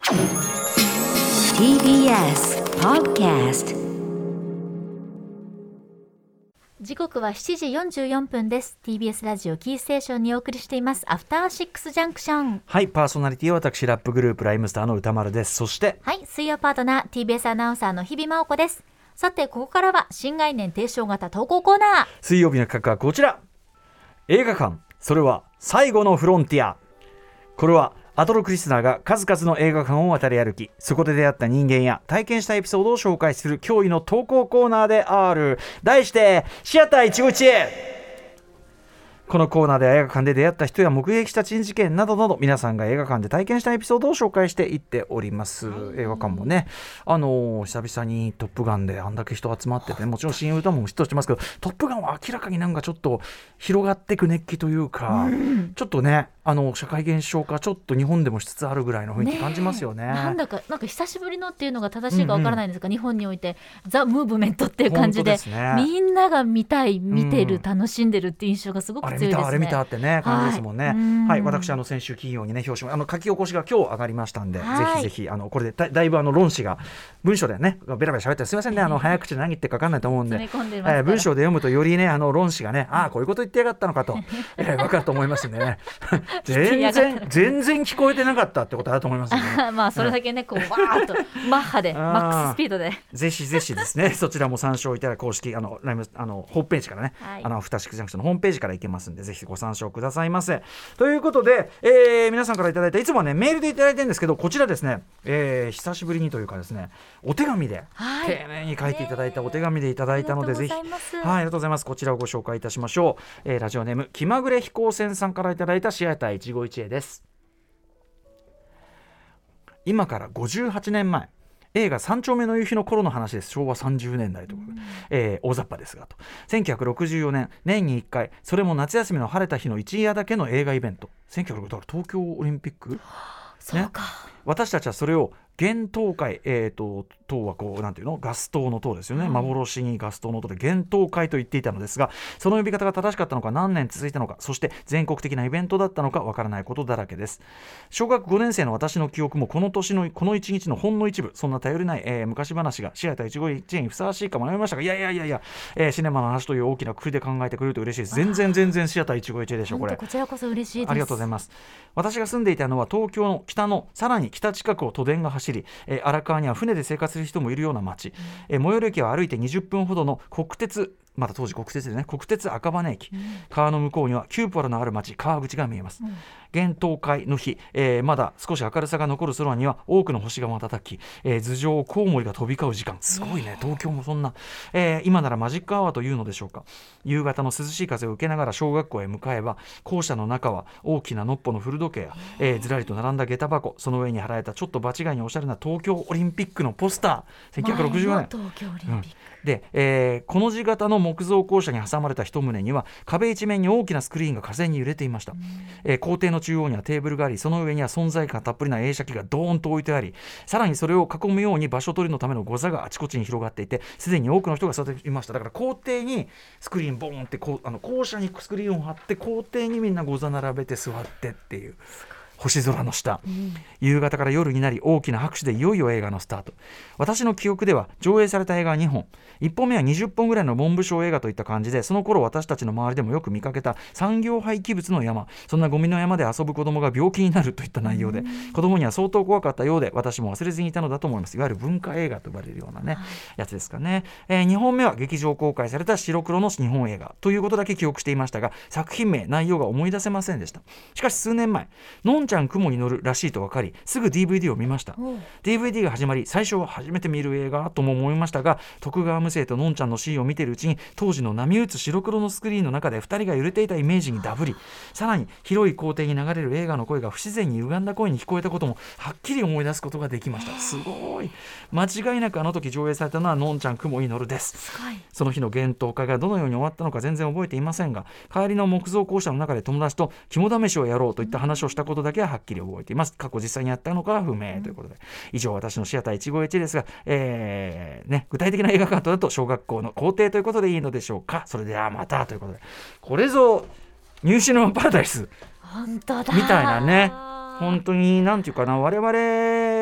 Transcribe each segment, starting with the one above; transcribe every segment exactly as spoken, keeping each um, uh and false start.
ティービーエス Podcast。 時刻はしちじよんじゅうよんぷんです。 ティービーエス ラジオキーステーションにお送りしていますアフターシックスジャンクション。 はい、パーソナリティは私ラップグループライムスターの歌丸です。そしてはい水曜パートナー ティービーエス アナウンサーの日々真央子です。さてここからは新概念提唱型投稿コーナー。 水曜日の企画はこちら、映画館それは最後のフロンティア。これはアトロクリスナーが数々の映画館を渡り歩き、そこで出会った人間や体験したエピソードを紹介する驚異の投稿コーナーである。題してシアター一期一会。このコーナーでは映画館で出会った人や目撃した珍事件などなど、皆さんが映画館で体験したエピソードを紹介していっております。映画館もね、あのー、久々にトップガンであんだけ人集まってて、もちろん新歌もヒットしてますけど、トップガンは明らかになんかちょっと広がっていく熱気というか、うん、ちょっとね、あの社会現象化ちょっと日本でもしつつあるぐらいの雰囲気感じますよね。 なんだかなんか久しぶりのっていうのが正しいかわからないんですが、うんうん、日本においてザ・ムーブメントっていう感じ で, で、ね、みんなが見たい見てる、うん、楽しんでるっていう印象がすごく強いですね。 あれ見たあれ見たってね感じですもんね。はい、はい、私あの先週金曜にね表紙あの書き起こしが今日上がりましたんで、ぜひぜひあのこれで だ, だいぶあの論旨が文章でねベラベラ喋ってすみませんね、あの早口で何言ってるか分かんないと思うんで、えー、文章で読むとよりねあの論旨がね、ああこういうこと言ってやがったのかと、えー、分かると思いますんでね全然全然聞こえてなかったってことだと思いますね。 まあそれだけねこうわーっとマッハでマックススピードでぜひぜひですねそちらも参照いただく公式あのライムあのホームページからね、はい、あのアフターシックスジャンクションのホームページから行けますんで、ぜひご参照くださいませ。ということで、えー、皆さんからいただいたいつもはねメールでいただいてるんですけど、こちらですね、えー、久しぶりにというかですねお手紙で、はい、丁寧に書いていただいたお手紙でいただいたので、ぜひはいありがとうございます。こちらをご紹介いたしましょう。えー、ラジオネーム気まぐれ飛行船さんからいただいたシアター一期一会です。今からごじゅうはちねんまえ、映画三丁目の夕日の頃の話です。昭和さんじゅうねんだいということで、えー、大雑把ですがと、せんきゅうひゃくろくじゅうよねん年にいっかい、それも夏休みの晴れた日の一夜だけの映画イベント、せんきゅうひゃくろくじゅうだから東京オリンピック、 そうか、 ね、私たちはそれを幻灯会、えーと、灯はこうなんていうの、ガス灯の灯ですよね、うん、幻にガス灯の灯で幻灯会と言っていたのですが、その呼び方が正しかったのか、何年続いたのか、そして全国的なイベントだったのかわからないことだらけです。小学ごねん生の私の記憶もこの年のこの一日のほんの一部、そんな頼りない、えー、昔話がシアター一期一会にふさわしいか迷いましたが、いやいやいやいや、えー、シネマの話という大きなくくりで考えてくれると嬉しいです。全然全然シアター一期一会でしょこれ。 こちらこそ嬉しいです。 ありがとうございます。私が住んでいたのは東京の北のさらに北近くを都電が走り、えー、荒川には船で生活する人もいるような町、うん、えー、最寄り駅は歩いてにじゅっぷんほどの国鉄、まだ当時国鉄でね、国鉄赤羽駅、うん、川の向こうにはキューポラのある町川口が見えます。うん、幻灯会の日、えー、まだ少し明るさが残る空には多くの星が瞬き、えー、頭上をコウモリが飛び交う時間、すごいね、東京もそんな、えー、今ならマジックアワーというのでしょうか。夕方の涼しい風を受けながら小学校へ向かえば、校舎の中は大きなのっぽの古時計や、えー、ずらりと並んだ下駄箱、その上に貼られたちょっと場違いにおしゃれな東京オリンピックのポスター、せんきゅうひゃくろくじゅうよねん東京オリンピック、うんで、えー、この字型の木造校舎に挟まれた一棟には壁一面に大きなスクリーンが風に揺れていました。えー、校庭の中央にはテーブルがあり、その上には存在感たっぷりな映写機がドーンと置いてあり、さらにそれを囲むように場所取りのためのゴザがあちこちに広がっていて、すでに多くの人が座っていました。だから校庭にスクリーンボーンってこう、あの校舎にスクリーンを貼って、校庭にみんなゴザ並べて座ってっていう星空の下、うん、夕方から夜になり大きな拍手でいよいよ映画のスタート。私の記憶では上映された映画はにほん、いっぽんめはにじゅっぽんぐらいの文部省映画といった感じで、その頃私たちの周りでもよく見かけた産業廃棄物の山、そんなゴミの山で遊ぶ子供が病気になるといった内容で、うん、子供には相当怖かったようで、私も忘れずにいたのだと思います。いわゆる文化映画と呼ばれるようなね、はい、やつですかね。えー、にほんめは劇場公開された白黒の日本映画ということだけ記憶していましたが、作品名内容が思い出せませんでした。しかし数年前、のんちゃん雲に乗るらしいと分かり、すぐ ディーブイディー を見ました。 ディーブイディー が始まり、最初は初めて見る映画とも思いましたが、徳川無生とのんちゃんのシーンを見ているうちに、当時の波打つ白黒のスクリーンの中でふたりが揺れていたイメージにダブり、さらに広い校庭に流れる映画の声が不自然に歪んだ声に聞こえたこともはっきり思い出すことができました。すごい、間違いなくあの時上映されたのはのんちゃん雲に乗るです。その日の幻灯会がどのように終わったのか全然覚えていませんが、帰りの木造校舎の中で友達と肝試しをやろうといった話をしたことだけははっきり覚えています。過去実際にやったのかは不明ということで、以上私のシアター一期一会ですが、えーね、具体的な映画館とだと小学校の校庭ということでいいのでしょうか。それではまたということで、これぞニューシネマパラダイス本当だみたいなね、本当になんていうかな、我々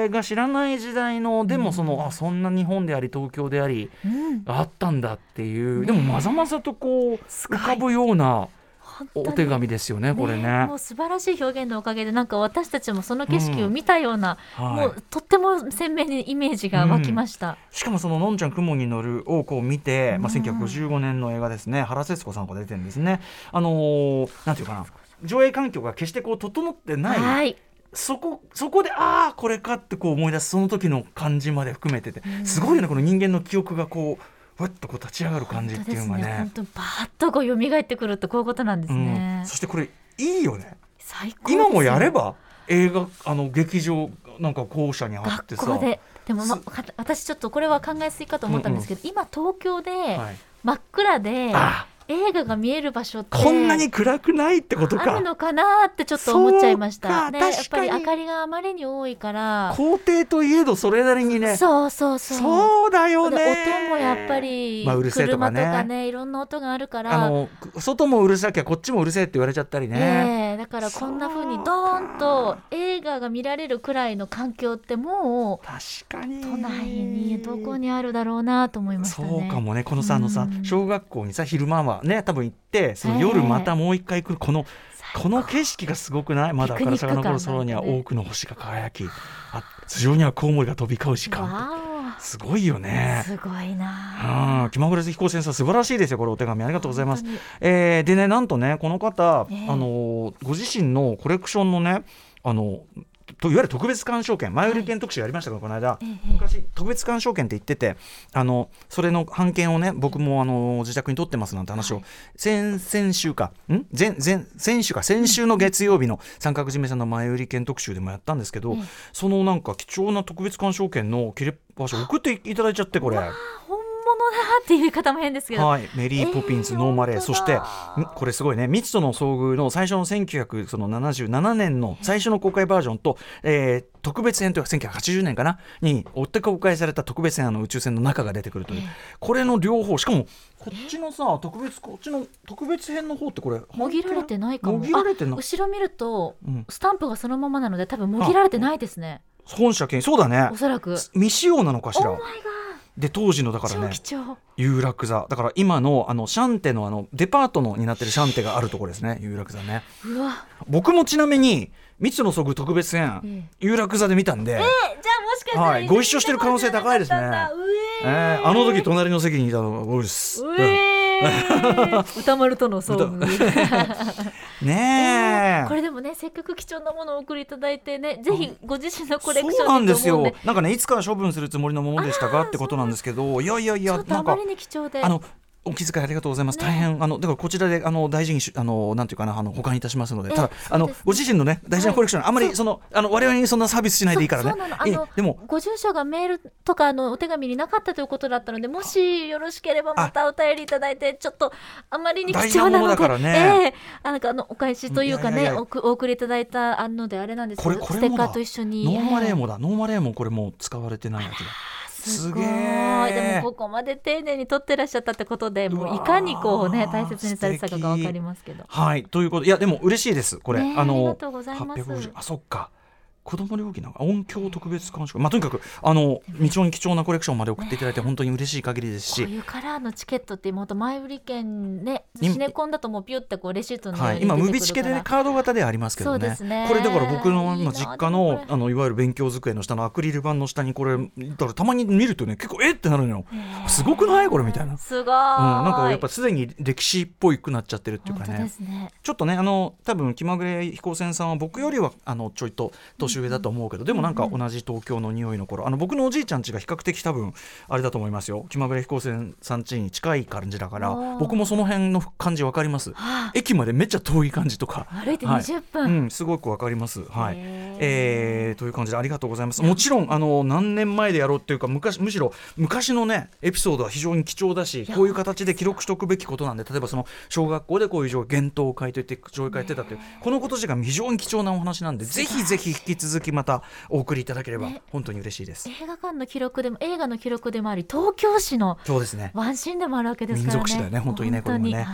々が知らない時代のでもその、 うん、 あそんな日本であり東京であり、 うん、 あったんだっていう、 ね、 でもまざまざとこう浮かぶようなお手紙ですよねこれ ね, ねもう素晴らしい表現のおかげでなんか私たちもその景色を見たような、うん、もうとっても鮮明にイメージが湧きました、うん、 しかもそののんちゃん雲に乗るをこう見て、うんまあ、せんきゅうひゃくごじゅうごねんの映画ですね、原節子さんが出てるんですね。あのー、なんていうかな上映環境が決してこう整ってない、はい、そこ、そこでああこれかってこう思い出すその時の感じまで含めてて、うん、すごいねこの人間の記憶がこうふっとこう立ち上がる感じっていうのがね本当ですね。本当バーッとこう蘇ってくるってこういうことなんですね、 うん、そしてこれいいよね。 最高ですよ。 今もやれば映画あの劇場なんか校舎にあってさ学校ででも、ま、私ちょっとこれは考えすぎかと思ったんですけど、うんうん、今東京で真っ暗で、はい、映画が見える場所ってこんなに暗くないってことかあるのかなってちょっと思っちゃいました。でやっぱり明かりがあまりに多いから校庭といえどそれなりにねそうそうそうそうだよね。 音もやっぱり、まあ、うるせえとかね、車とかねいろんな音があるからあの外もうるさきゃこっちもうるせえって言われちゃったりね、 えー、だからこんな風にドーンと映画が見られるくらいの環境ってもう確かに都内にどこにあるだろうなと思いましたね。 そうかもね。このさ、あのさ小学校にさ昼間はね多分行ってその夜またもう一回来るこの、えー、この景色がすごくない。まだからさがの空には多くの星が輝き、あ頭上にはコウモリが飛び交う時間すごいよね。 すごいな。 気まぐれ飛行船さん素晴らしいですよこれお手紙ありがとうございます。えー、でねなんとねこの方、えー、あのご自身のコレクションのねあのといわゆる特別鑑賞券前売り券特集やりましたから、はい、この間、ええ、昔特別鑑賞券って言っててあのそれの版券をね僕もあの自宅に取ってますなんて話を、はい、先, 先週かん前前先週か先週の月曜日の三角締めさんの前売り券特集でもやったんですけど、ええ、そのなんか貴重な特別鑑賞券の切れっ端を送っていただいちゃってこれ本物だっていう言い方も変ですけど、 はい、メリーポピンズ、えー、ノーマレーそしてこれすごいね未知との遭遇の最初のせんきゅうひゃくななじゅうななねんの最初の公開バージョンと、えー、特別編というかせんきゅうひゃくはちじゅうねんかなに追って公開された特別編あの宇宙船の中が出てくるという、えー、これの両方しかもこっちのさ特別こっちの特別編の方ってこれもぎられてないかも。 もぎられてな後ろ見ると、うん、スタンプがそのままなので多分もぎられてないですね。 本社券そうだねおそらく未使用なのかしら。 オーマイガーで当時のだからね超貴重有楽座だから今 の, あのシャンテ の, あのデパートのになってるシャンテがあるところですね有楽座ね。 うわ僕もちなみに未知の遭遇特別編、うん、有楽座で見たんで、 えー、じゃあもしかしたら、 はい、ご一緒してる可能性高いですね。えー、あの時隣の席にいたのが僕です。うえー歌丸との遭遇ねえ、 えー、これでもねせっかく貴重なものをお送りいただいてねぜひご自身のコレクションそうなんですよ。なんかねいつから処分するつもりのものでしたかってことなんですけどいやいやいやなんかあまりに貴重であのお気遣いありがとうございます、ね、大変あのだからこちらであの大事にあのなんていうかなあの保管いたしますので、ただあのご自身のね大事なコレクション、はい、あんまりそのあの我々にそんなサービスしないでいいからね。 あのでもご住所がメールとかあのお手紙になかったということだったのでもしよろしければまたお便りいただいてちょっとあまりに貴重なので大事なものだからね、えー、なんかあのお返しというかねいやいやいやお送りいただいたあのであれなんですけどステッカーと一緒にノーマレーモだノーマレーモこれもう使われてないやつだ。 すごい。でもここまで丁寧に撮ってらっしゃったってことでもういかにこうね大切にされてたかが分かりますけど。 はいということいやでも嬉しいですこれ、 ね、あのありがとうございます。はっぴゃくごじゅうあそっか子供料金なんか音響特別鑑賞、まあ、とにかくあの未調に貴重なコレクションまで送っていただいて本当に嬉しい限りですし、 こういうカラーのチケットってもっと前売り券ねシネコンだともうピュってこうレシートのように出てくるから、 はい、今ムビチケで、ね、カード型ではありますけど ね, そうですねこれだから僕の今実家 の, い, あのいわゆる勉強机の下のアクリル板の下にこれだからたまに見るとね結構えってなるのよ。すごくないこれみたいなすごい、うん、 なんかやっぱすでに歴史っぽいくなっちゃってるっていうかね, ですねちょっとねあの多分気まぐれ飛行船さんは僕よりはあのちょいと年上だと思うけど、うん、でもなんか同じ東京の匂いの頃あの僕のおじいちゃん家が比較的多分あれだと思いますよ。気まぐれ飛行船さん家に近い感じだから僕もその辺の感じ分かります、はあ、駅までめっちゃ遠い感じとか歩いてにじゅっぷん、 はいうん、すごく分かります、はいえー、という感じでありがとうございます。もちろんあの何年前でやろうっていうか昔むしろ昔のねエピソードは非常に貴重だしこういう形で記録しておくべきことなんで例えばその小学校でこういう上幻冬会といって上映会やってたっていうこのこと自体が非常に貴重なお話なんでぜひぜひ引き続きまたお送りいただければ本当に嬉しいです、 ね、映画館の記録でも映画の記録でもあり東京市のワンシーンでもあるわけですからね。 民族史だよね本当にねこれもね。はい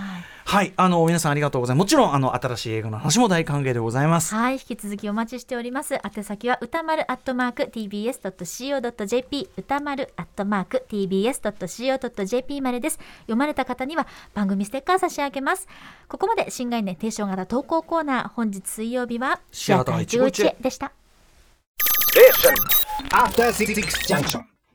はい、あの皆さんありがとうございます。もちろんあの新しい映画の話も大歓迎でございます。 はい、引き続きお待ちしております。宛先は歌丸アットマーク ティービーエスドットシーオードットジェーピー 歌丸アットマーク ティービーエスドットシーオードットジェーピー までです。読まれた方には番組ステッカー差し上げます。ここまで新概念提唱型投稿コーナー、本日水曜日はシアターいちごいちでした。 After Six Junction